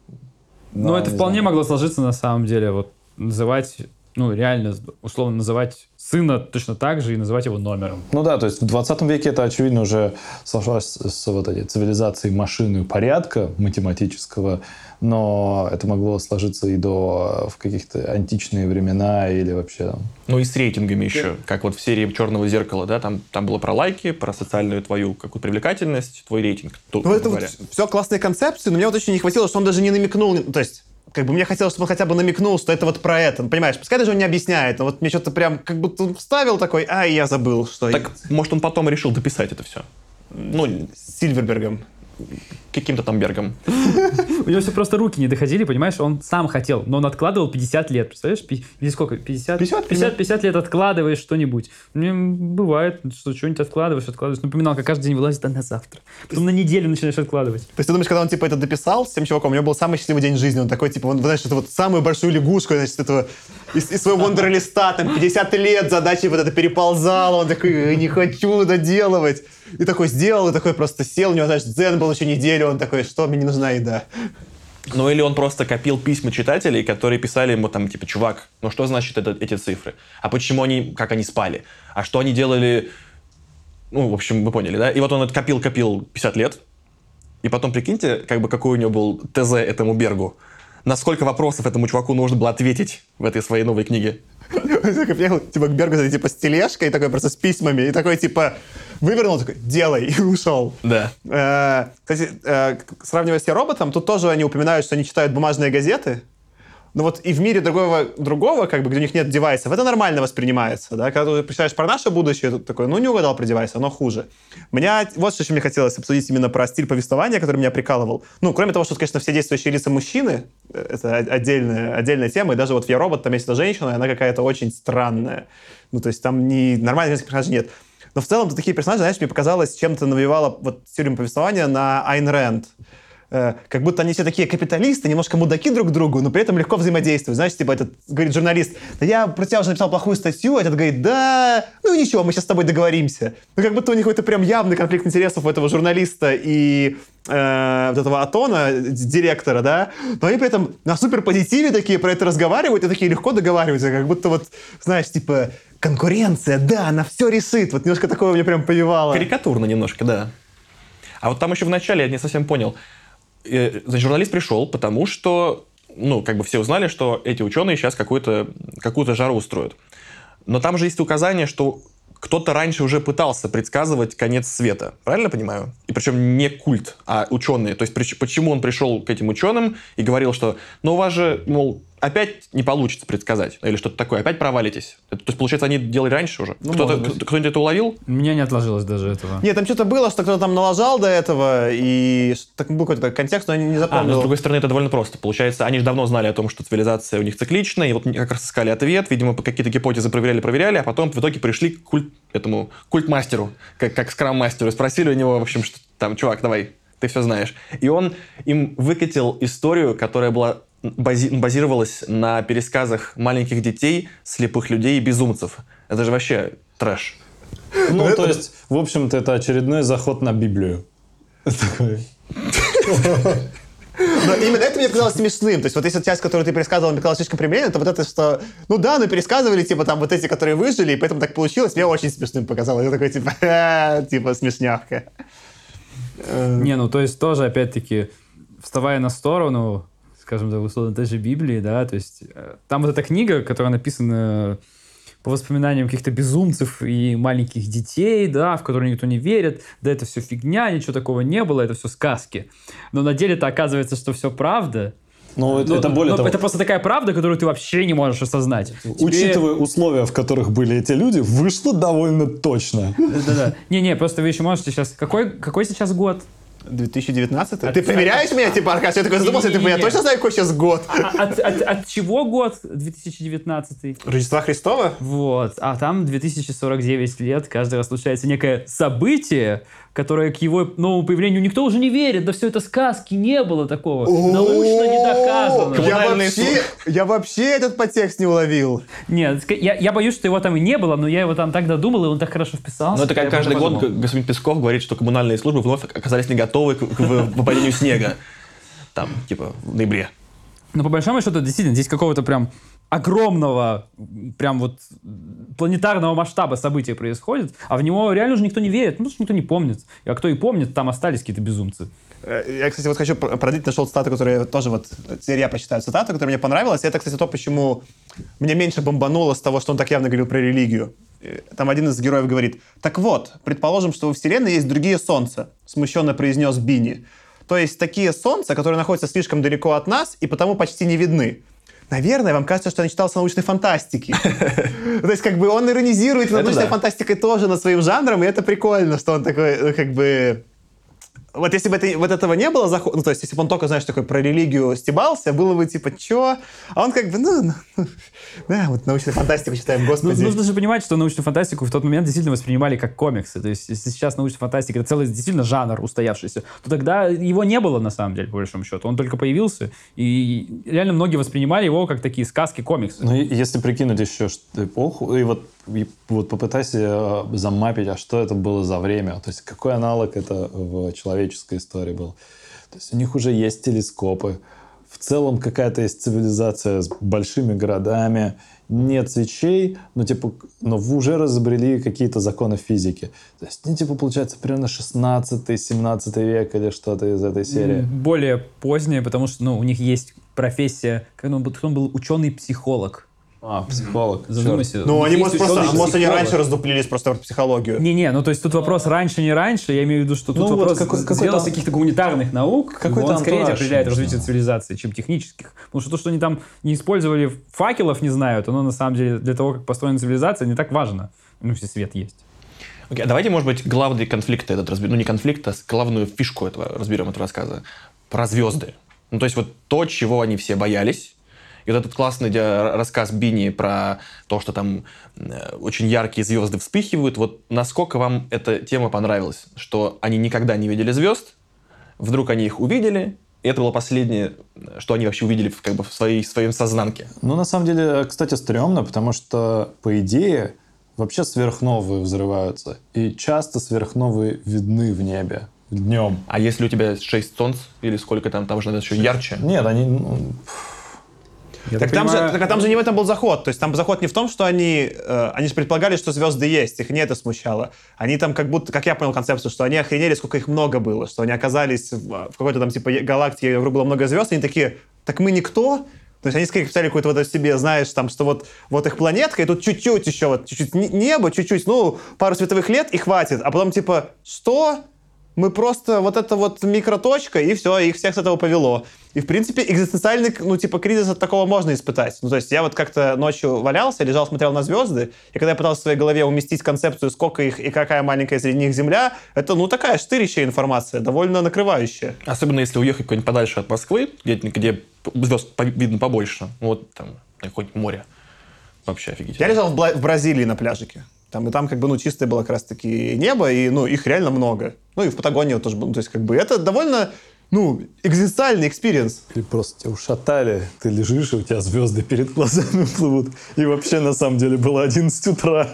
Speaker 4: Но это вполне могло сложиться на самом деле. Вот называть, реально, условно называть сына точно так же и называть его номером.
Speaker 2: Ну да, то есть в 20 веке это, очевидно, уже сошлось с вот этой цивилизацией машины порядка математического, но это могло сложиться и в каких-то античные времена или вообще там...
Speaker 3: Ну и с рейтингами еще, как вот в серии «Черного зеркала», да, там было про лайки, про социальную твою какую-то привлекательность, твой рейтинг.
Speaker 1: Ну это вот все классные концепции, но мне вот очень не хватило, что он даже не намекнул, то есть как бы мне хотелось, чтобы он хотя бы намекнул, что это вот про это. Ну, понимаешь, пускай даже он не объясняет, но вот мне что-то прям как будто он вставил такой, я забыл, что...
Speaker 3: Так, может, он потом решил дописать это все?
Speaker 1: С Сильвербергом.
Speaker 3: Каким-то там Бергом.
Speaker 4: У него все просто руки не доходили, понимаешь? Он сам хотел, но он откладывал 50 лет. Представляешь? Или сколько? 50 лет откладываешь что-нибудь. Мне бывает, что что-нибудь откладываешь. Напоминалка каждый день вылазит, на завтра. Потом на неделю начинаешь откладывать.
Speaker 1: То есть ты думаешь, когда он типа это дописал с тем чуваком, у него был самый счастливый день жизни. Он такой, типа, знаешь, это вот самую большую лягушку, значит, этого из своего вондерлиста, там, 50 лет задачи вот это переползало. Он такой, не хочу доделывать. И такой сделал, и такой просто сел, у него, знаешь, дзен был еще неделю, он такой, что, мне не нужна еда.
Speaker 3: Ну или он просто копил письма читателей, которые писали ему там, типа, чувак, что значит эти цифры? А почему как они спали? А что они делали? В общем, вы поняли, да? И вот он это копил 50 лет, и потом, прикиньте, какой у него был ТЗ этому Бергу. На сколько вопросов этому чуваку нужно было ответить в этой своей новой книге?
Speaker 1: Приехал, типа, к Бергу, типа, с тележкой, такой просто с письмами, и такой, типа, вывернул, такой, делай, и ушел.
Speaker 3: Да.
Speaker 1: Кстати, сравнивая с «Я роботом», тут тоже они упоминают, что они читают бумажные газеты. Но вот и в мире другого, как бы, где у них нет девайсов, это нормально воспринимается, да? Когда ты прочитаешь про наше будущее, тут такой, не угадал про девайс, оно хуже. Вот что еще мне хотелось обсудить именно про стиль повествования, который меня прикалывал. Кроме того, что, конечно, все действующие лица мужчины, это отдельная тема, и даже вот в «Я робот» там есть эта женщина, и она какая-то очень странная. То есть там нормальных женских персонажей нет. Но в целом такие персонажи, знаешь, мне показалось, чем-то навевало вот стилем повествования на Айн Рэнд. Как будто они все такие капиталисты, немножко мудаки друг к другу, но при этом легко взаимодействуют. Знаешь, типа этот, говорит журналист, да я про тебя уже написал плохую статью, а этот говорит, да, ничего, мы сейчас с тобой договоримся. Как будто у них какой-то прям явный конфликт интересов у этого журналиста и вот этого Атона, директора, да, но они при этом на суперпозитиве такие про это разговаривают и такие легко договариваются, как будто вот, знаешь, типа, конкуренция, да, она все решит. Вот немножко такое мне прям повевало.
Speaker 3: Карикатурно немножко, да. А вот там еще в начале я не совсем понял. Значит, журналист пришел, потому что, все узнали, что эти ученые сейчас какую-то жару устроят. Но там же есть указание, что кто-то раньше уже пытался предсказывать конец света. Правильно понимаю? И причем не культ, а ученые. То есть почему он пришел к этим ученым и говорил, что у вас же, опять не получится предсказать. Или что-то такое. Опять провалитесь. То есть, получается, они делали раньше уже? Кто-нибудь это уловил?
Speaker 4: У меня не отложилось даже этого.
Speaker 1: Нет, там что-то было, что кто-то там налажал до этого, и был какой-то контекст, но я не запомнил.
Speaker 3: Но с другой стороны, это довольно просто. Получается, они же давно знали о том, что цивилизация у них цикличная, и вот как раз искали ответ, видимо, какие-то гипотезы проверяли, а потом в итоге пришли к культмастеру, как скрам-мастеру, и спросили у него, в общем, что там, чувак, давай, ты все знаешь. И он им выкатил историю, которая была базировалась на пересказах маленьких детей, слепых людей и безумцев. Это же вообще трэш.
Speaker 2: То есть, в общем-то, это очередной заход на Библию.
Speaker 1: Но именно это мне показалось смешным. То есть вот если часть, которую ты пересказывал, мне показалась слишком прямолинейной, то вот это, что, пересказывали, типа, там, вот эти, которые выжили, и поэтому так получилось, мне очень смешным показалось. Я такой, типа, смешнявка.
Speaker 4: То есть тоже, опять-таки, вставая на сторону, скажем так, условно, той же Библии, да, то есть там вот эта книга, которая написана по воспоминаниям каких-то безумцев и маленьких детей, да, в которые никто не верит, да, это все фигня, ничего такого не было, это все сказки. Но на деле-то оказывается, что все правда.
Speaker 2: Ну, это более того...
Speaker 4: Это просто такая правда, которую ты вообще не можешь осознать.
Speaker 2: Учитывая условия, в которых были эти люди, вышло довольно точно.
Speaker 4: Да-да. Не-не, просто вы еще можете сейчас... Какой сейчас год?
Speaker 1: 2019? Ты проверяешь меня, типа, Аркаш? Я такой задумался, типа, я точно знаю, какой сейчас год?
Speaker 4: От чего год 2019?
Speaker 1: Рождества Христова?
Speaker 4: Вот. А там 2049 лет, каждый раз случается некое событие, которое к его новому появлению никто уже не верит. Да все это сказки, не было такого. Научно не доказано.
Speaker 1: Я вообще этот подтекст не уловил.
Speaker 4: Нет, я боюсь, что его там и не было, но я его там так додумал, и он так хорошо вписался.
Speaker 3: Но это как каждый год господин Песков говорит, что коммунальные службы вновь оказались не готовы к выпадению снега. Там, типа, в ноябре.
Speaker 4: Но по большому счету, действительно, здесь какого-то прям огромного, прям вот планетарного масштаба события происходит, а в него реально уже никто не верит, потому что никто не помнит. А кто и помнит, там остались какие-то безумцы.
Speaker 1: Я, кстати, вот хочу продлить, нашел цитату, которую я тоже вот... Теперь я прочитаю цитату, которая мне понравилась. И это, кстати, то, почему мне меньше бомбануло с того, что он так явно говорил про религию. Там один из героев говорит: «Так вот, предположим, что во Вселенной есть другие солнца», смущенно произнес Бинни. «То есть такие солнца, которые находятся слишком далеко от нас и потому почти не видны. Наверное, вам кажется, что я начитался научной фантастики». То есть, как бы, он иронизирует над научной фантастикой тоже, над своим жанром, и это прикольно, что он такой, как бы... Вот если бы вот этого не было, ну, то есть, если бы он только, знаешь, такой про религию стебался, было бы типа, чё? А он как бы, да, вот научную фантастику читаем, господи.
Speaker 4: Нужно же понимать, что научную фантастику в тот момент действительно воспринимали как комиксы. То есть, если сейчас научная фантастика — это целый действительно жанр устоявшийся, то тогда его не было, на самом деле, по большому счету. Он только появился, и реально многие воспринимали его как такие сказки, комиксы.
Speaker 2: Ну, если прикинуть еще эпоху, и вот попытайся замапить, а что это было за время, то есть какой аналог это в человеческой истории был. То есть у них уже есть телескопы, в целом какая-то есть цивилизация с большими городами, нет свечей, но уже разобрели какие-то законы физики. То есть, получается, примерно 16-17 век или что-то из этой серии.
Speaker 4: Более позднее, потому что, у них есть профессия, он был ученый-психолог.
Speaker 2: Психолог.
Speaker 4: Задумайся.
Speaker 1: Ну, они, может, они раньше раздуплились просто про психологию.
Speaker 4: Не-не, то есть тут вопрос раньше, не раньше. Я имею в виду, что тут вопрос сделал с каких-то гуманитарных наук. Он скорее определяет развитие цивилизации, чем технических. Потому что то, что они там не использовали факелов, не знают, оно на самом деле для того, как построена цивилизация, не так важно. Если свет есть.
Speaker 3: Окей, давайте, может быть, главный конфликт этот разберем. Не конфликт, а главную фишку разберем этого рассказа. Про звезды. То есть вот то, чего они все боялись. И вот этот классный рассказ Бинни про то, что там очень яркие звезды вспыхивают. Вот насколько вам эта тема понравилась? Что они никогда не видели звезд, вдруг они их увидели, и это было последнее, что они вообще увидели в своем сознанке.
Speaker 2: На самом деле, кстати, стрёмно, потому что, по идее, вообще сверхновые взрываются. И часто сверхновые видны в небе днем.
Speaker 3: А если у тебя 6 солнц, или сколько там же надо еще ярче?
Speaker 2: Нет, они...
Speaker 1: Там же не в этом был заход. То есть там заход не в том, что они же предполагали, что звезды есть, их не это смущало. Они там как будто, как я понял концепцию, что они охренели, сколько их много было, что они оказались в какой-то там типа галактике, где было много звезд, и они такие, так мы никто? То есть они скорее представили какую-то вот себе, знаешь, там, что вот их планетка, и тут чуть-чуть еще, чуть-чуть небо, чуть-чуть, пару световых лет, и хватит. А потом типа, что? Мы просто вот эта вот микроточка, и все, их всех с этого повело. И, в принципе, экзистенциальный, кризис от такого можно испытать. То есть я вот как-то ночью валялся, лежал, смотрел на звезды, и когда я пытался в своей голове уместить концепцию, сколько их и какая маленькая среди них Земля, это, такая штырящая информация, довольно накрывающая.
Speaker 3: Особенно если уехать куда-нибудь подальше от Москвы, где звезд видно побольше, вот там, какое-нибудь море. Вообще офигительно.
Speaker 1: Я лежал в Бразилии на пляжике. И там чистое было как раз-таки небо, и, их реально много. И в Патагонии вот тоже было. То есть, это довольно, экзистенциальный экспириенс.
Speaker 2: Или просто тебя ушатали, ты лежишь, и у тебя звезды перед глазами плывут. И вообще, на самом деле, было 11 утра.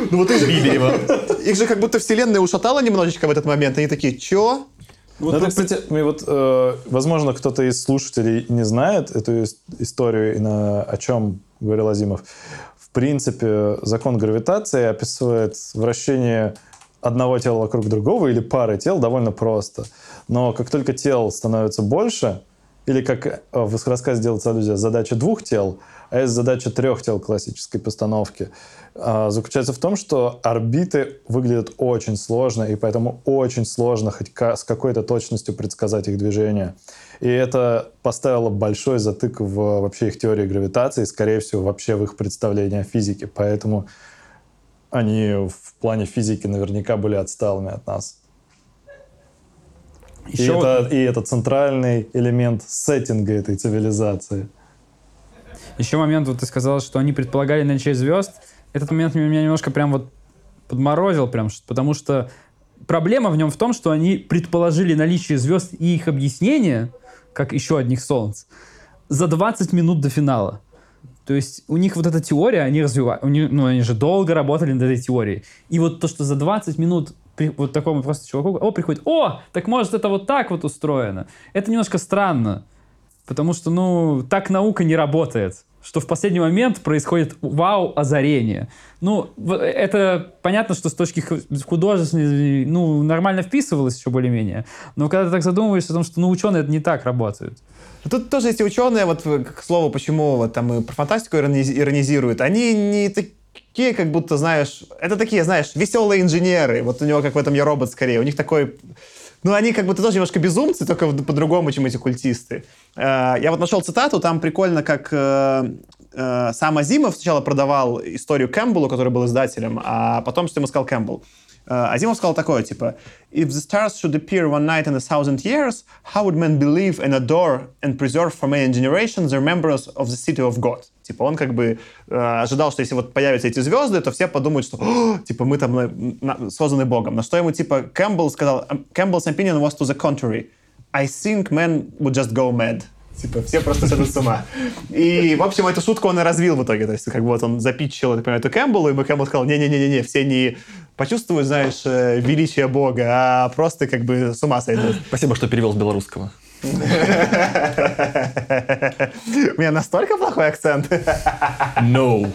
Speaker 1: Их же как будто вселенная ушатала немножечко в этот момент. Они такие, чё?
Speaker 2: Кстати, возможно, кто-то из слушателей не знает эту историю, о чем говорил Азимов. В принципе, закон гравитации описывает вращение одного тела вокруг другого или пары тел довольно просто. Но как только тел становится больше, или как в рассказе делается аллюзия, задача 2 тел, а есть задача 3 тел классической постановки, заключается в том, что орбиты выглядят очень сложно, и поэтому очень сложно хоть с какой-то точностью предсказать их движение. И это поставило большой затык в вообще их теории гравитации, скорее всего, вообще в их представлении о физике. Поэтому они в плане физики наверняка были отсталыми от нас. И это центральный элемент сеттинга этой цивилизации.
Speaker 4: Еще момент, вот ты сказал, что они предполагали наличие звезд. Этот момент меня немножко прям вот подморозил, потому что проблема в нем в том, что они предположили наличие звезд и их объяснение, как еще одних солнц, за 20 минут до финала. То есть у них вот эта теория, они развивают, они же долго работали над этой теорией. И вот то, что за 20 минут вот такому просто чуваку приходит, так может это вот так вот устроено. Это немножко странно, потому что, так наука не работает. Что в последний момент происходит вау-озарение. Это понятно, что с точки художественной, нормально вписывалось еще более-менее. Но когда ты так задумываешься о том, что, ученые это не так работают.
Speaker 1: Тут тоже есть ученые, вот, к слову, почему вот там и про фантастику иронизируют, они не такие, как будто, знаешь, это такие, знаешь, веселые инженеры. Вот у него, как в этом «Я робот» скорее. У них такой... они как будто тоже немножко безумцы, только по-другому, чем эти культисты. Я вот нашел цитату, там прикольно, как сам Азимов сначала продавал историю Кэмпбеллу, который был издателем, а потом что ему сказал Кэмпбелл. Азимов сказал такое, типа, «If the stars should appear one night in 1,000 years, how would men believe and adore and preserve for many generations the remembrance of the city of God?» Типа он как бы ожидал, что если вот появятся эти звезды, то все подумают, что мы там созданы Богом. На что ему типа Кэмпбелл сказал, Campbell's opinion was to the contrary. I think men would just go mad. Типа все просто сойдут с ума. И, в общем, эту шутку он и развил в итоге. То есть как бы вот он запитчил, я так понимаю, эту Кэмпбеллу, и Кэмпбелл сказал, не-не-не-не, все не почувствуют, знаешь, величие Бога, а просто как бы с ума сойдут.
Speaker 3: Спасибо, что перевел с белорусского.
Speaker 1: У меня настолько плохой акцент.
Speaker 3: No.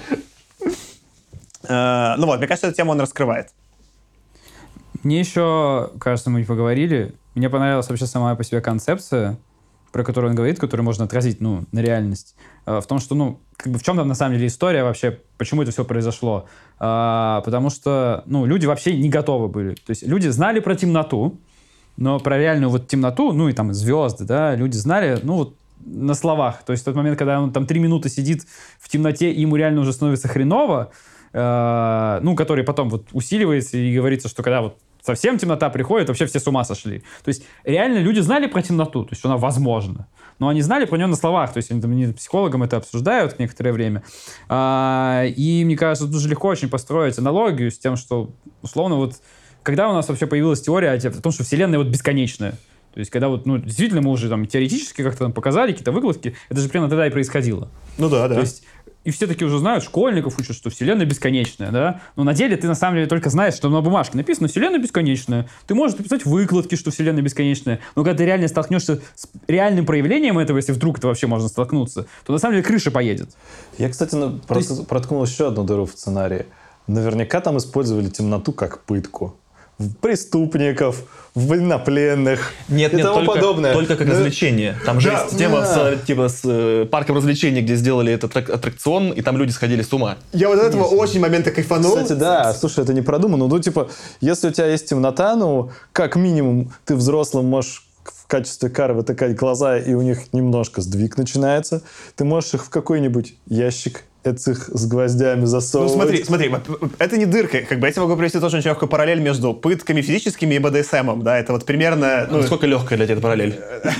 Speaker 1: Мне кажется, эту тему он раскрывает.
Speaker 4: Мне еще, кажется, мы не поговорили. Мне понравилась вообще сама по себе концепция, про которую он говорит, которую можно отразить, на реальность. В том, что, в чем там на самом деле история вообще, почему это все произошло. Потому что, люди вообще не готовы были. То есть люди знали про темноту, но про реальную вот темноту, и там звезды, да, люди знали, на словах. То есть в тот момент, когда он там 3 минуты сидит в темноте, и ему реально уже становится хреново, который потом вот усиливается и говорится, что когда вот совсем темнота приходит, вообще все с ума сошли. То есть реально люди знали про темноту, то есть она возможна. Но они знали про нее на словах, то есть они психологам это обсуждают некоторое время. И мне кажется, тут же легко очень построить аналогию с тем, что условно вот когда у нас вообще появилась теория о том, что Вселенная вот бесконечная. То есть, когда вот, действительно мы уже там теоретически как-то там показали какие-то выкладки, это же примерно тогда и происходило.
Speaker 1: Да.
Speaker 4: То есть, и все таки уже знают, школьников учат, что Вселенная бесконечная, да? Но на деле ты на самом деле только знаешь, что на бумажке написано «Вселенная бесконечная». Ты можешь написать выкладки, что Вселенная бесконечная, но когда ты реально столкнешься с реальным проявлением этого, если вдруг это вообще можно столкнуться, то на самом деле крыша поедет.
Speaker 2: Я, кстати, проткнул еще одну дыру в сценарии. Наверняка там использовали темноту как пытку. Преступников, военнопленных и тому подобное.
Speaker 3: Только как развлечение. Там же есть тема с парком развлечений, где сделали этот аттракцион, и там люди сходили с ума.
Speaker 1: Я вот от этого очень момента кайфанул.
Speaker 2: Кстати, да, слушай, это не продумано. Если у тебя есть темнота, как минимум ты взрослым можешь в качестве кары вытыкать глаза, и у них немножко сдвиг начинается. Ты можешь их в какой-нибудь ящик этих с гвоздями засовывать.
Speaker 1: Смотри, это не дырка. Как бы я тебе могу привести тоже очень легкую параллель между пытками физическими и БДСМом, да, это вот примерно...
Speaker 3: Насколько легкая для тебя эта параллель?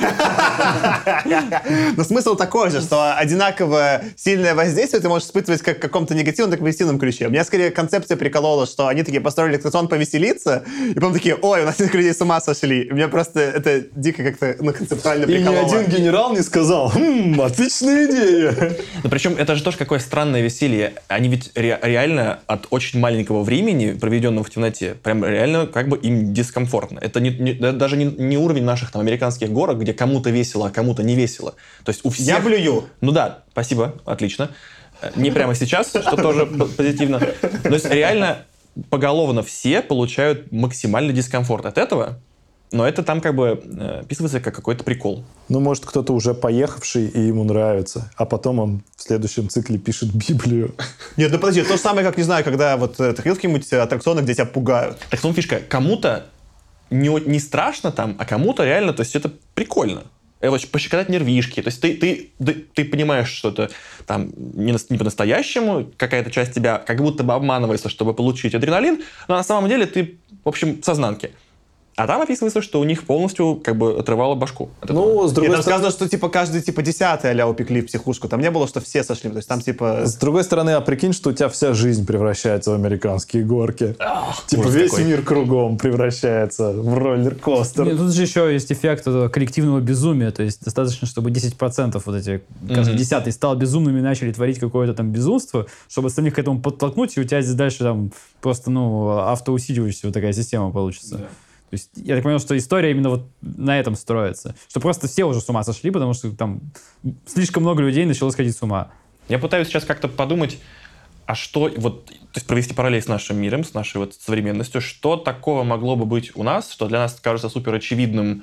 Speaker 1: Но смысл такой же, что одинаково сильное воздействие ты можешь испытывать как в каком-то негативном, так и позитивном ключе. У меня скорее концепция приколола, что они такие построили аттракцион повеселиться, и потом такие, ой, у нас несколько людей с ума сошли. И мне просто это дико как-то концептуально прикололо.
Speaker 2: И ни один генерал не сказал, отличная идея.
Speaker 3: Но причем это же тоже какое странное веселье. Они ведь реально от очень маленького времени, проведенного в темноте, прям реально как бы им дискомфортно. Это даже не уровень наших там американских горок, где кому-то весело, а кому-то не весело. То есть у всех...
Speaker 1: Я блюю.
Speaker 3: Да, спасибо, отлично. Не прямо сейчас, что тоже позитивно. То есть реально поголовно все получают максимальный дискомфорт от этого. но это там как бы описывается как какой-то прикол.
Speaker 2: Ну, может, кто-то уже поехавший, и ему нравится, а потом он в следующем цикле пишет Библию.
Speaker 1: Нет, ну подожди, то же самое, как, не знаю, когда вот ты ходил в какие-нибудь аттракционы, где тебя пугают.
Speaker 3: Так в том фишка, кому-то не страшно там, а кому-то реально, то есть это прикольно. Вот, пощекотать нервишки. То есть ты понимаешь, что это там не по-настоящему, какая-то часть тебя как будто бы обманывается, чтобы получить адреналин, но на самом деле ты, в общем, в сознанке. А там описывается, что у них полностью как бы отрывало башку.
Speaker 2: Ну, с другой
Speaker 1: Там
Speaker 2: стороны...
Speaker 1: сказано, что типа каждый типа 10-й а-ля упекли в психушку. Там не было, что все сошли. То есть там типа...
Speaker 2: С другой стороны, а прикинь, что у тебя вся жизнь превращается в американские горки. Типа весь мир кругом превращается в роллер-костер.
Speaker 4: Нет, тут же еще есть эффект этого коллективного безумия. То есть достаточно, чтобы 10% вот эти, каждый 10-й стал безумными и начали творить какое-то там безумство, чтобы остальных к этому подтолкнуть, и у тебя здесь дальше там просто, автоусиливающаяся вот такая система получится. Да. То есть я так понял, что история именно вот на этом строится. Что просто все уже с ума сошли, потому что там слишком много людей начало сходить с ума.
Speaker 3: Я пытаюсь сейчас как-то подумать, а что, вот, то есть провести параллель с нашим миром, с нашей вот современностью, что такого могло бы быть у нас, что для нас кажется супер очевидным,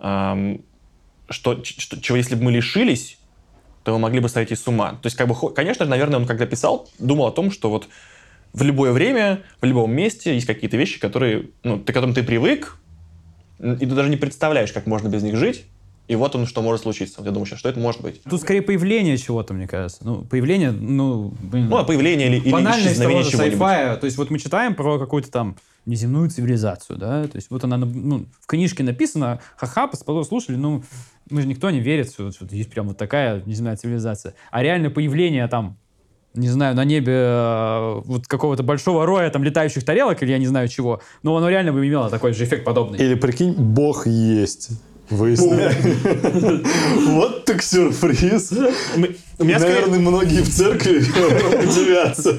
Speaker 3: чего если бы мы лишились, то мы могли бы сойти с ума. То есть, как бы, конечно же, наверное, он когда писал, думал о том, что вот в любое время, в любом месте есть какие-то вещи, к которым ты привык, и ты даже не представляешь, как можно без них жить. И вот что может случиться. Вот я думаю, что это может быть.
Speaker 4: Тут скорее появление чего-то, мне кажется. Появление,
Speaker 3: появление или исчезновение чего-нибудь.
Speaker 4: Sci-fi. То есть вот мы читаем про какую-то там неземную цивилизацию, да? То есть вот она, в книжке написано, послушали, мы же никто не верит, что есть прям вот такая неземная цивилизация. А реально появление там, не знаю, на небе вот какого-то большого роя там летающих тарелок или я не знаю чего, но оно реально бы имело такой же эффект подобный.
Speaker 2: Или, прикинь, Бог есть. Выясняем. Вот так сюрприз. Наверное, многие в церкви удивятся.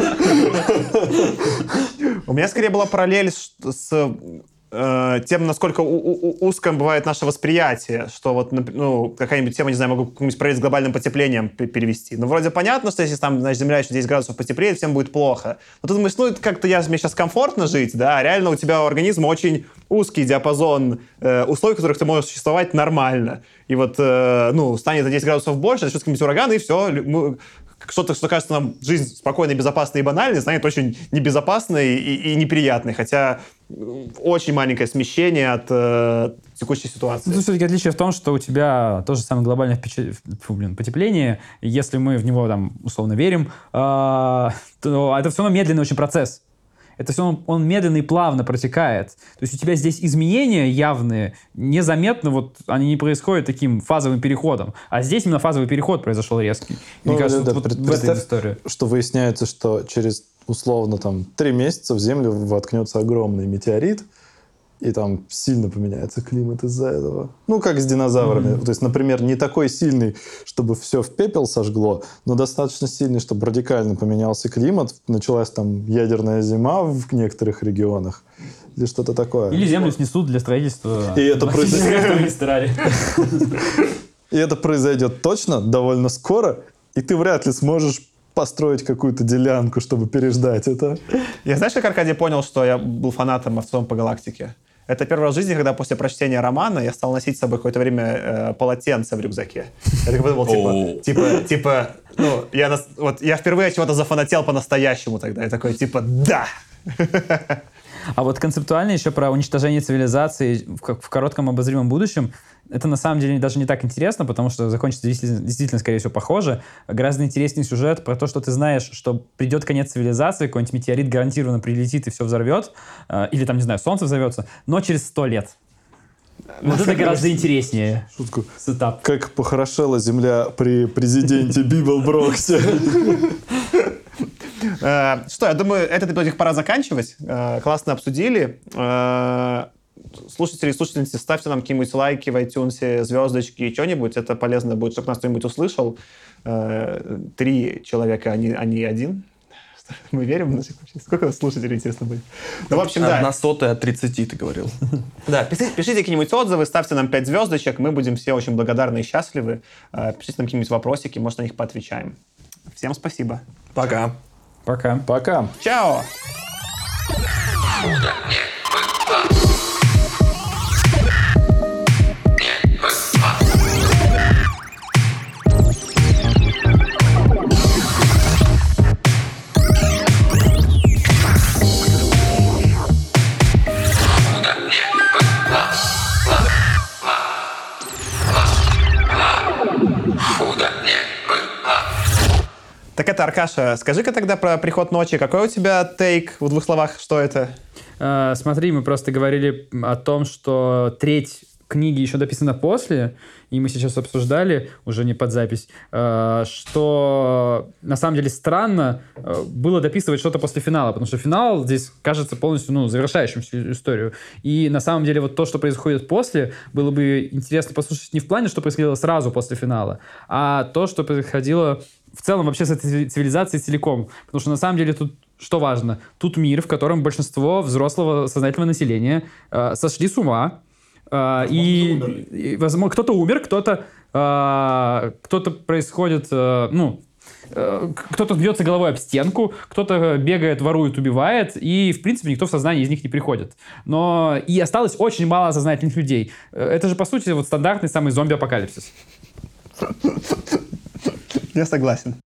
Speaker 1: У меня скорее была параллель с тем, насколько узким бывает наше восприятие, что вот, какая-нибудь тема, не знаю, могу какую-нибудь параллель с глобальным потеплением перевести. Вроде понятно, что если там, значит, Земля еще 10 градусов потеплеет, всем будет плохо. Но ты думаешь, это как-то мне сейчас комфортно жить, да, а реально у тебя у организма очень узкий диапазон условий, в которых ты можешь существовать нормально. И вот, станет на 10 градусов больше, начнется какой-нибудь ураган, и все, что-то, что кажется нам жизнь спокойной, безопасной и банальной, станет очень небезопасной и неприятной, хотя очень маленькое смещение от текущей ситуации.
Speaker 4: Тут все-таки отличие в том, что у тебя то же самое глобальное потепление, если мы в него там условно верим, то это все равно медленный очень процесс. Это все он медленно и плавно протекает. То есть у тебя здесь изменения явные, незаметно, они не происходят таким фазовым переходом. А здесь именно фазовый переход произошел резкий. Мне кажется, в этой истории.
Speaker 2: Что выясняется, что через условно 3 месяца в Землю воткнется огромный метеорит, и там сильно поменяется климат из-за этого. Как с динозаврами. То есть, например, не такой сильный, чтобы все в пепел сожгло, но достаточно сильный, чтобы радикально поменялся климат. Началась там ядерная зима в некоторых регионах. Или что-то такое.
Speaker 4: Или Землю снесут для строительства.
Speaker 2: И это произойдет точно, довольно скоро, и ты вряд ли сможешь построить какую-то делянку, чтобы переждать это.
Speaker 1: Я знаешь, как, Аркадий, понял, что я был фанатом «Овцом по галактике»? Это первый раз в жизни, когда после прочтения романа я стал носить с собой какое-то время полотенце в рюкзаке. Я такой подумал, я впервые от чего-то зафанател по-настоящему тогда. Я такой, да!
Speaker 4: А вот концептуально еще про уничтожение цивилизации в коротком обозримом будущем, это на самом деле даже не так интересно, потому что закончится действительно, скорее всего, похоже. Гораздо интереснее сюжет про то, что ты знаешь, что придет конец цивилизации, какой-нибудь метеорит гарантированно прилетит и все взорвет, или там, не знаю, солнце взорвется, но через 100 лет. Вот это гораздо интереснее.
Speaker 2: Шутку.
Speaker 4: Сетап.
Speaker 2: Как похорошела земля при президенте Библ-Броксе.
Speaker 1: Что, я думаю, этот эпизод пора заканчивать. Классно обсудили. Слушатели и слушательницы, ставьте нам какие-нибудь лайки в iTunes, звездочки и что-нибудь. Это полезно будет, чтобы нас кто-нибудь услышал. 3 человека, а не один. Мы верим? Сколько нас слушателей, интересно, будет? В общем,
Speaker 3: 1/100 от 30, ты говорил.
Speaker 1: Да, пишите какие-нибудь отзывы, ставьте нам 5 звездочек. Мы будем все очень благодарны и счастливы. Пишите нам какие-нибудь вопросики, может, на них поотвечаем. Всем спасибо.
Speaker 3: Пока.
Speaker 4: Пока.
Speaker 2: Пока.
Speaker 1: Чао. Так это, Аркаша, скажи-ка тогда про «Приход ночи». Какой у тебя тейк в 2 словах? Что это?
Speaker 4: Смотри, мы просто говорили о том, что треть книги еще дописана после, и мы сейчас обсуждали, уже не под запись, что на самом деле странно было дописывать что-то после финала, потому что финал здесь кажется полностью завершающим всю историю. И на самом деле вот то, что происходит после, было бы интересно послушать не в плане, что происходило сразу после финала, а то, что происходило в целом вообще с этой цивилизацией целиком. Потому что на самом деле тут что важно? Тут мир, в котором большинство взрослого сознательного населения сошли с ума, возможно, кто-то умер, кто-то происходит, кто-то бьется головой об стенку, кто-то бегает, ворует, убивает, и, в принципе, никто в сознание из них не приходит. Но и осталось очень мало сознательных людей. Это же, по сути, вот стандартный самый зомби-апокалипсис.
Speaker 1: Я согласен.